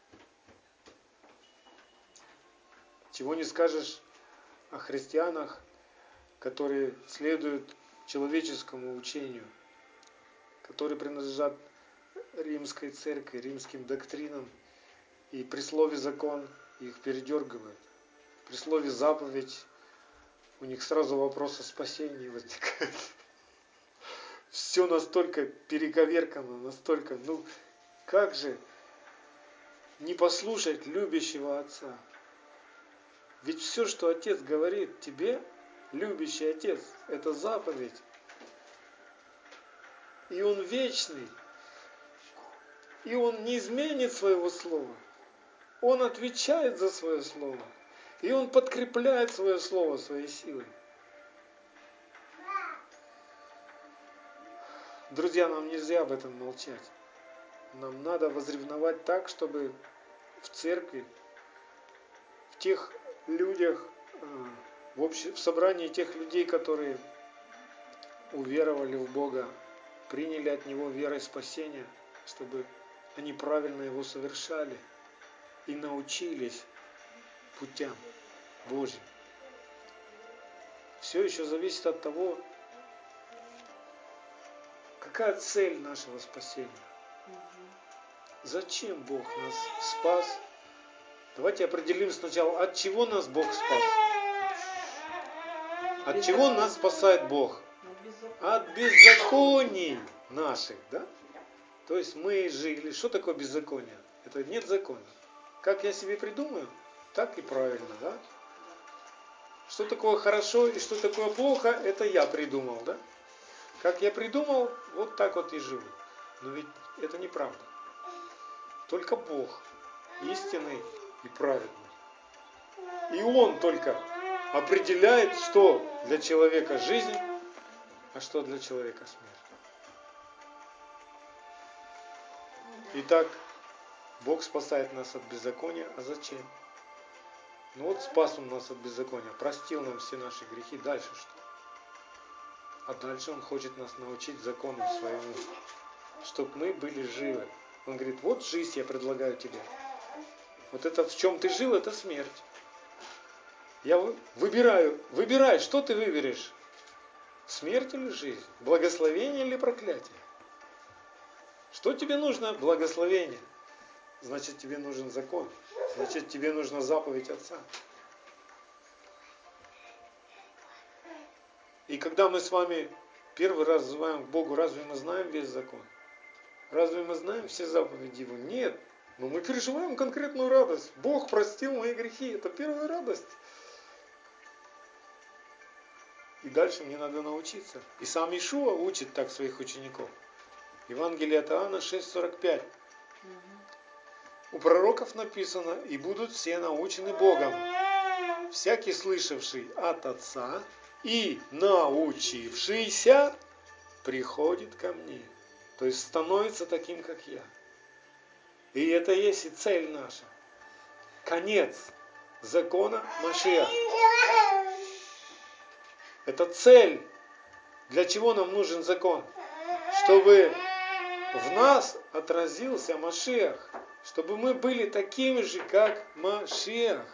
Чего не скажешь о христианах, которые следуют человеческому учению, которые принадлежат римской церкви, римским доктринам, и при слове закон их передергивают. При слове заповедь у них сразу вопрос о спасении возникает. Все настолько перековеркано, настолько, ну, как же не послушать любящего Отца? Ведь все, что Отец говорит тебе, любящий Отец, это заповедь. И Он вечный. И Он не изменит своего слова. Он отвечает за свое слово. И Он подкрепляет свое слово своей силой. Друзья, нам нельзя об этом молчать. Нам надо возревновать так, чтобы в церкви, в тех людях, в, обще... в собрании тех людей, которые уверовали в Бога, приняли от Него верой спасения, чтобы они правильно его совершали и научились путям Божьим. Все еще зависит от того, какая цель нашего спасения. Зачем Бог нас спас? Давайте определим сначала, от чего нас Бог спас. От чего нас спасает Бог? От беззаконий наших, да? То есть мы жили. Что такое беззаконие? Это нет закона. Как я себе придумаю, так и правильно, да? Что такое хорошо и что такое плохо, это я придумал, да? Как я придумал, вот так вот и живу. Но ведь это неправда. Только Бог истинный и праведный. И Он только определяет, что для человека жизнь, а что для человека смерть. Итак, Бог спасает нас от беззакония. А зачем? Ну вот спас Он нас от беззакония, простил нам все наши грехи. Дальше что? А дальше Он хочет нас научить закону своему, чтобы мы были живы. Он говорит, вот жизнь я предлагаю тебе. Вот это в чем ты жил, это смерть. Я выбираю, выбирай, что ты выберешь? Смерть или жизнь? Благословение или проклятие? Что тебе нужно? Благословение. Значит, тебе нужен закон. Значит, тебе нужна заповедь Отца. И когда мы с вами первый раз взываем к Богу, разве мы знаем весь закон? Разве мы знаем все заповеди Его? Нет. Но мы переживаем конкретную радость. Бог простил мои грехи. Это первая радость. И дальше мне надо научиться. И сам Иешуа учит так своих учеников. Евангелие от Иоанна шесть сорок пять. У пророков написано, и будут все научены Богом. Всякий слышавший от Отца и научившийся приходит ко мне. То есть становится таким, как я. И это есть и цель наша. Конец закона Машиах. Это цель. Для чего нам нужен закон? Чтобы в нас отразился Машиах. Чтобы мы были такими же, как Машиах.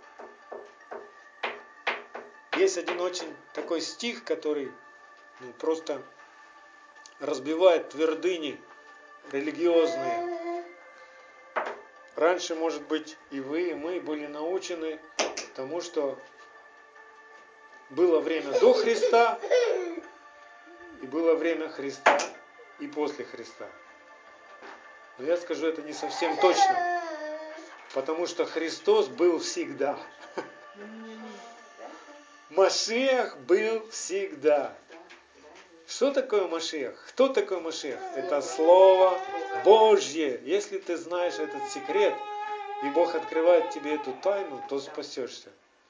Есть один очень такой стих, который ну, просто разбивает твердыни религиозные. Раньше, может быть, и вы, и мы были научены тому, что было время до Христа, и было время Христа, и после Христа. Но я скажу, это не совсем точно, потому что Христос был всегда. Машиах был всегда. Что такое Машиах? Кто такой Машиах? Это Слово Божье. Если ты знаешь этот секрет, и Бог открывает тебе эту тайну, то спасешься.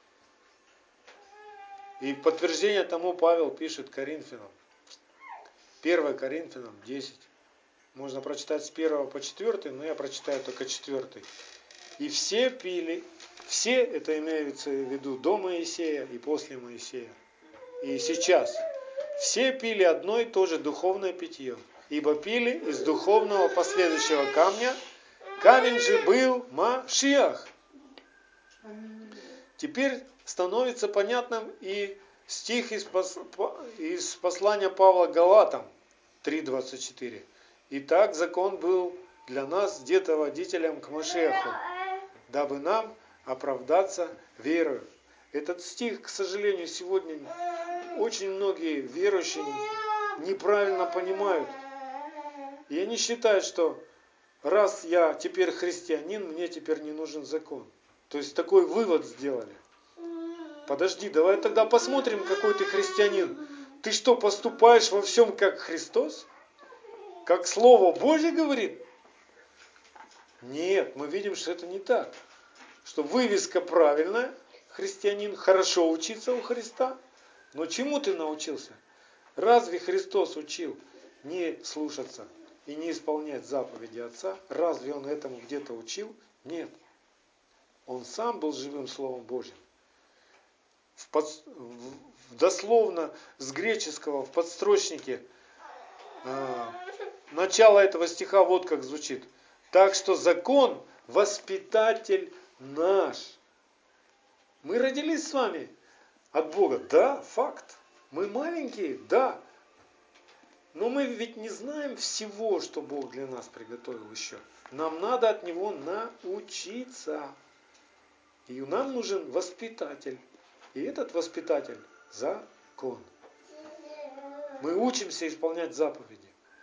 И в подтверждение тому Павел пишет Коринфянам. первое Коринфянам десять. Можно прочитать с первого по четвёртый, но я прочитаю только четвёртый. И все пили, все, это имеется в виду до Моисея и после Моисея. И сейчас. Все пили одно и то же духовное питье, ибо пили из духовного последующего камня. Камень же был Машиах. Теперь становится понятным и стих из, пос, из послания Павла Галатам три двадцать четыре. Итак, закон был для нас где-то водителем к Машиаху, дабы нам оправдаться верою. Этот стих, к сожалению, сегодня очень многие верующие неправильно понимают. И они считают, что раз я теперь христианин, мне теперь не нужен закон. То есть такой вывод сделали. Подожди, давай тогда посмотрим, какой ты христианин. Ты что, поступаешь во всем как Христос? Как Слово Божье говорит? Нет, мы видим, что это не так. Что вывеска правильная, христианин, хорошо учиться у Христа. Но чему ты научился? Разве Христос учил не слушаться и не исполнять заповеди Отца? Разве Он этому где-то учил? Нет. Он сам был живым Словом Божьим. В под... в... Дословно с греческого в подстрочнике э, начало этого стиха вот как звучит. Так что закон воспитатель наш. Мы родились с вами от Бога. Да, факт. Мы маленькие, да. Но мы ведь не знаем всего, что Бог для нас приготовил еще. Нам надо от Него научиться. И нам нужен воспитатель. И этот воспитатель – закон. Мы учимся исполнять заповеди.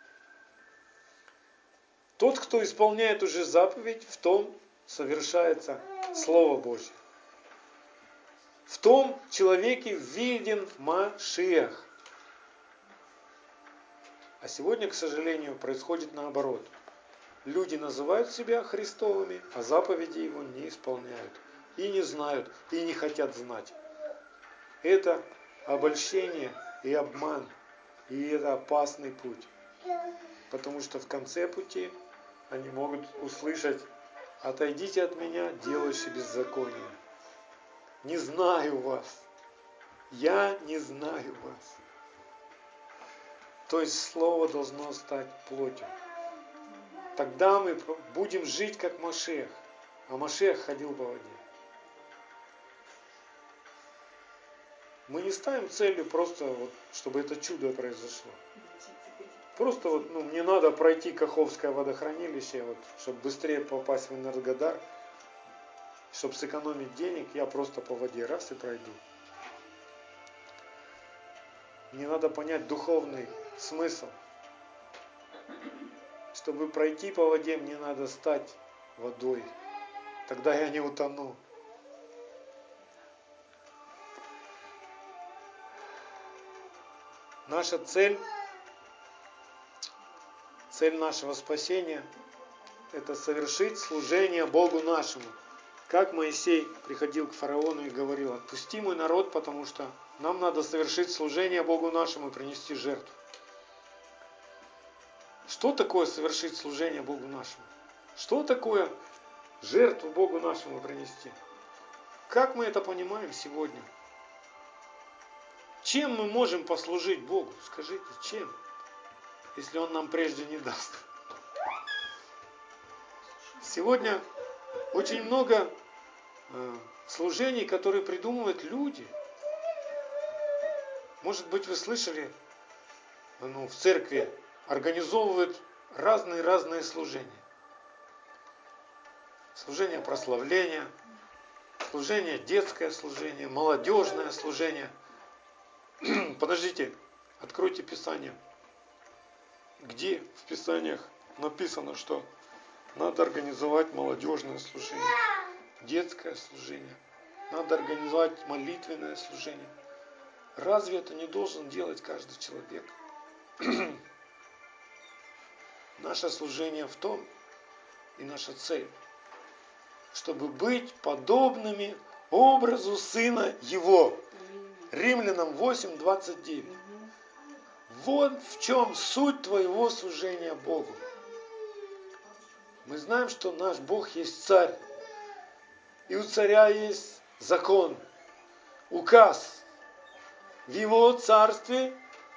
Тот, кто исполняет уже заповедь, в том совершается Слово Божье. В том человеке виден Машиах. А сегодня, к сожалению, происходит наоборот. Люди называют себя Христовыми, а заповеди Его не исполняют. И не знают, и не хотят знать. Это обольщение и обман. И это опасный путь. Потому что в конце пути они могут услышать: отойдите от меня, делающие беззаконие. Не знаю вас. Я не знаю вас. То есть Слово должно стать плотью. Тогда мы будем жить как Машиах. А Машиах ходил по воде. Мы не ставим целью просто, вот, чтобы это чудо произошло. Просто вот, ну, мне надо пройти Каховское водохранилище, вот, чтобы быстрее попасть в Энергодар, чтобы сэкономить денег, я просто по воде раз и пройду. Мне надо понять духовный смысл. Чтобы пройти по воде, мне надо стать водой. Тогда я не утону. Наша цель, цель нашего спасения – это совершить служение Богу нашему. Как Моисей приходил к фараону и говорил: отпусти мой народ, потому что нам надо совершить служение Богу нашему и принести жертву. Что такое совершить служение Богу нашему? Что такое жертву Богу нашему принести? Как мы это понимаем сегодня? Чем мы можем послужить Богу? Скажите, чем? Если Он нам прежде не даст. Сегодня очень много э, служений, которые придумывают люди. Может быть, вы слышали, ну, в церкви организовывают разные-разные служения. Служение прославления, служение детское служение, молодежное служение. Подождите, откройте Писание. Где в Писаниях написано, что надо организовать молодежное служение, детское служение, надо организовать молитвенное служение? Разве это не должен делать каждый человек? Наше служение в том, и наша цель, чтобы быть подобными образу Сына Его. Римлянам восемь, двадцать девять. Вот в чем суть твоего служения Богу. Мы знаем, что наш Бог есть царь. И у царя есть закон, указ. В его царстве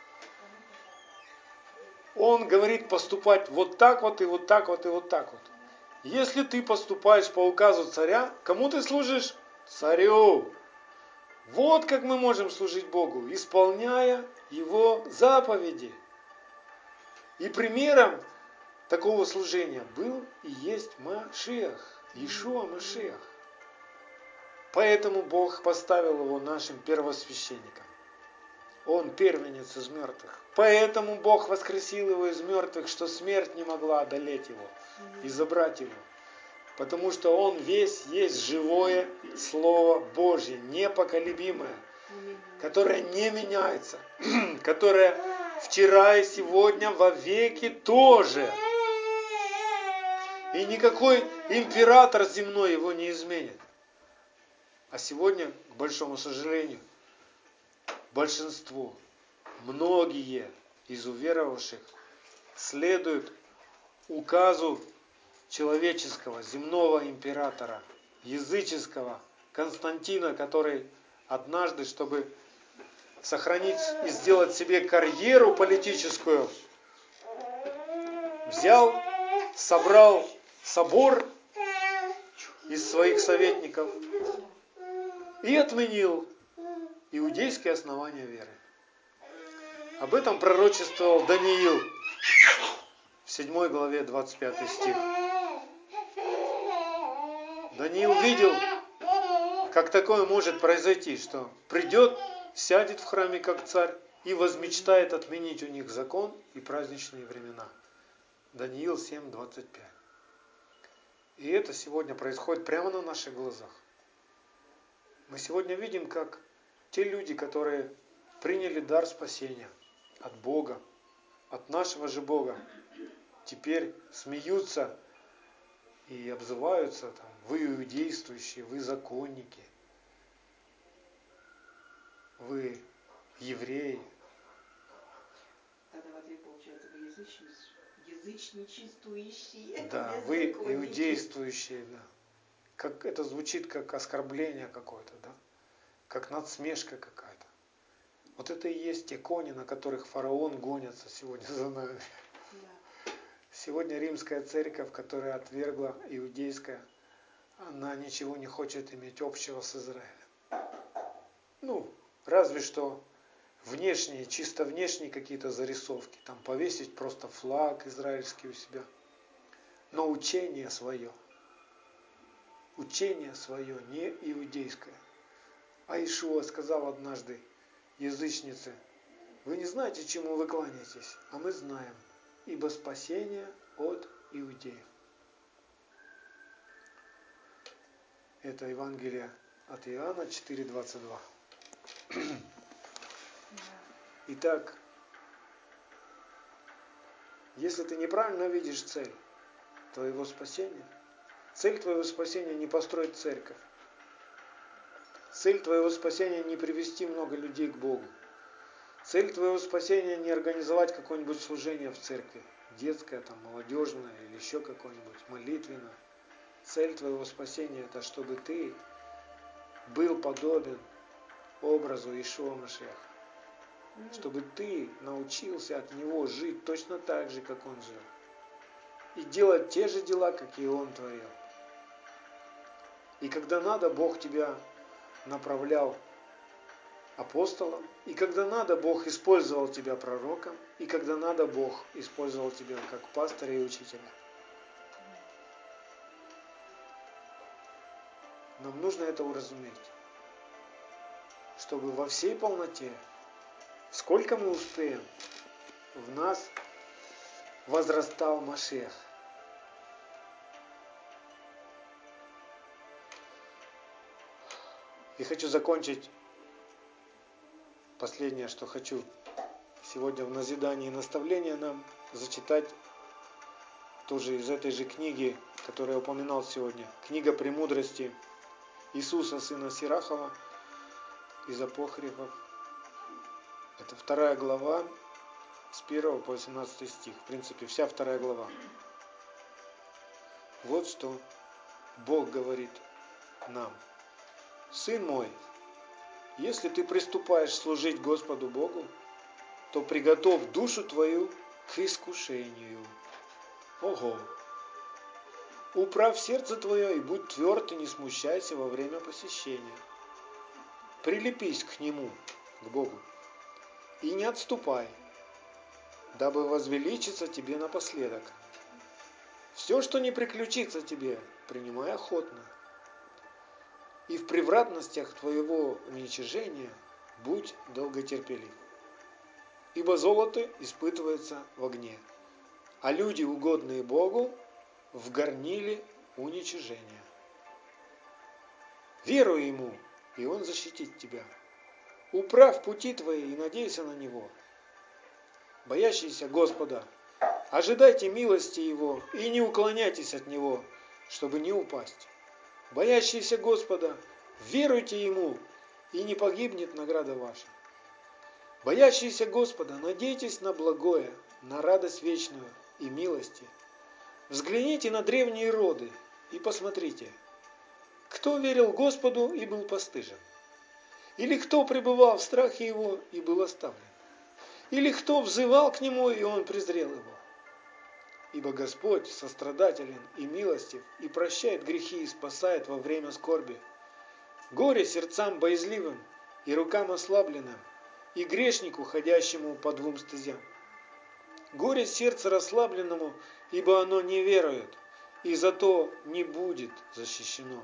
он говорит поступать вот так вот, и вот так вот, и вот так вот. Если ты поступаешь по указу царя, кому ты служишь? Царю. Вот как мы можем служить Богу, исполняя Его заповеди. И примером такого служения был и есть Машиах, Иешуа Машиах. Поэтому Бог поставил его нашим первосвященником. Он первенец из мертвых. Поэтому Бог воскресил его из мертвых, что смерть не могла одолеть его и забрать его. Потому что он весь есть живое Слово Божье, непоколебимое, которое не меняется, которое вчера и сегодня во веки тоже. И никакой император земной его не изменит. А сегодня, к большому сожалению, большинство, многие из уверовавших следуют указу человеческого, земного императора, языческого Константина, который однажды, чтобы сохранить и сделать себе карьеру политическую, взял, собрал собор из своих советников и отменил иудейские основания веры. Об этом пророчествовал Даниил в седьмой главе двадцать пятый стих. Даниил видел, как такое может произойти, что придет, сядет в храме как царь и возмечтает отменить у них закон и праздничные времена. Даниил семь, двадцать пять. И это сегодня происходит прямо на наших глазах. Мы сегодня видим, как те люди, которые приняли дар спасения от Бога, от нашего же Бога, теперь смеются и обзываются, там, вы иудействующие, вы законники, вы евреи. Тогда в ответ получается, вы язычничествующие. Да, вы иудействующие, да. Как это звучит как оскорбление какое-то, да? Как надсмешка какая-то. Вот это и есть те кони, на которых фараон гонится сегодня за нами. Да. Сегодня римская церковь, которая отвергла иудейская, она ничего не хочет иметь общего с Израилем. Ну, разве что внешние, чисто внешние какие-то зарисовки. Там повесить просто флаг израильский у себя. Но учение свое. Учение свое не иудейское. А Иешуа сказал однажды язычнице: вы не знаете, чему вы кланяетесь, а мы знаем, ибо спасение от иудеев. Это Евангелие от Иоанна четыре, двадцать два. Итак, если ты неправильно видишь цель твоего спасения, цель твоего спасения не построить церковь. Цель твоего спасения не привести много людей к Богу. Цель твоего спасения не организовать какое-нибудь служение в церкви, детское, там, молодежное или еще какое-нибудь, молитвенное. Цель твоего спасения это чтобы ты был подобен образу Иешуа Машиаха. Чтобы ты научился от Него жить точно так же, как Он жил. И делать те же дела, как и Он творил. И когда надо, Бог тебя направлял апостолом, и когда надо, Бог использовал тебя пророком, и когда надо, Бог использовал тебя как пастыря и учителя. Нам нужно это уразуметь, чтобы во всей полноте, сколько мы успеем, в нас возрастал Машиах. И хочу закончить, последнее, что хочу сегодня в назидании и наставление нам зачитать тоже из этой же книги, которую я упоминал сегодня. Книга «Премудрости» Иисуса, сына Сирахова, из Апокрифов. Это вторая глава, с первого по восемнадцатый стих. В принципе, вся вторая глава. Вот что Бог говорит нам. Сын мой, если ты приступаешь служить Господу Богу, то приготовь душу твою к искушению. Ого! Управь сердце твое и будь тверд и не смущайся во время посещения. Прилепись к Нему, к Богу, и не отступай, дабы возвеличиться тебе напоследок. Все, что не приключится тебе, принимай охотно. И в превратностях твоего уничижения будь долготерпелив. Ибо золото испытывается в огне, а люди, угодные Богу, в горниле уничижения. Веруй Ему, и Он защитит тебя. Управь пути твои и надейся на Него. Боящиеся Господа, ожидайте милости Его и не уклоняйтесь от Него, чтобы не упасть. Боящиеся Господа, веруйте Ему, и не погибнет награда ваша. Боящиеся Господа, надейтесь на благое, на радость вечную и милости. Взгляните на древние роды и посмотрите, кто верил Господу и был постыжен, или кто пребывал в страхе Его и был оставлен, или кто взывал к Нему, и Он презрел его. Ибо Господь сострадателен и милостив, и прощает грехи и спасает во время скорби. Горе сердцам боязливым и рукам ослабленным, и грешнику, ходящему по двум стезям. Горе сердцу расслабленному, ибо оно не верует, и зато не будет защищено.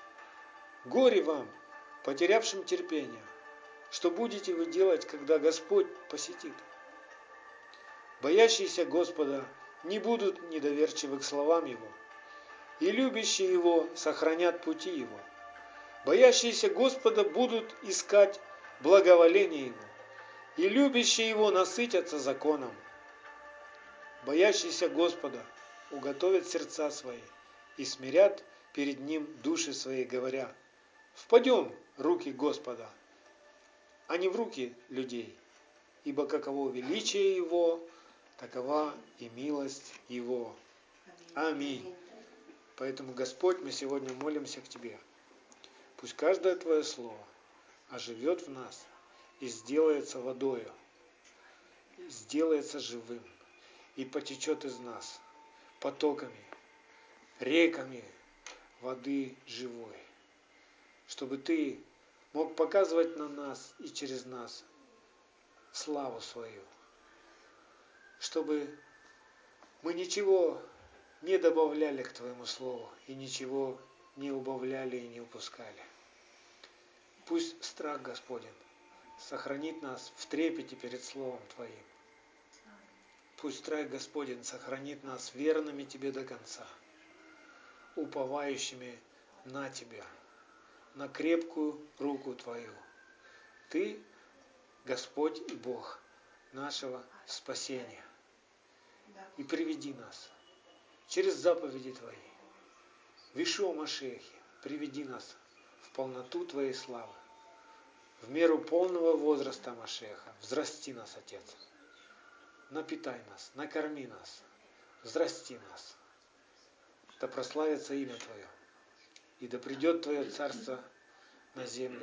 Горе вам, потерявшим терпение, что будете вы делать, когда Господь посетит? Боящиеся Господа не будут недоверчивы к словам Его, и любящие Его сохранят пути Его. Боящиеся Господа будут искать благоволение Его, и любящие Его насытятся законом. Боящиеся Господа уготовят сердца свои и смирят перед Ним души свои, говоря: впадем в руки Господа, а не в руки людей, ибо каково величие Его, такова и милость Его. Аминь. Поэтому, Господь, мы сегодня молимся к Тебе. Пусть каждое Твое Слово оживет в нас и сделается водою, сделается живым и потечет из нас потоками, реками воды живой, чтобы Ты мог показывать на нас и через нас славу свою, чтобы мы ничего не добавляли к Твоему Слову и ничего не убавляли и не упускали. Пусть страх Господень сохранит нас в трепете перед Словом Твоим. Пусть страх Господень сохранит нас верными Тебе до конца, уповающими на Тебя, на крепкую руку Твою. Ты, Господь и Бог нашего спасения. И приведи нас через заповеди Твои в Иешуа Машиахе, приведи нас в полноту Твоей славы, в меру полного возраста Машиаха. Взрасти нас, Отец. Напитай нас, накорми нас, взрасти нас. Да прославится имя Твое, и да придет Твое царство на землю,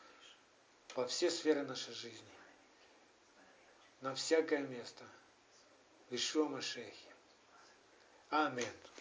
во все сферы нашей жизни, на всякое место, в Иешуа Машиахе. Аминь.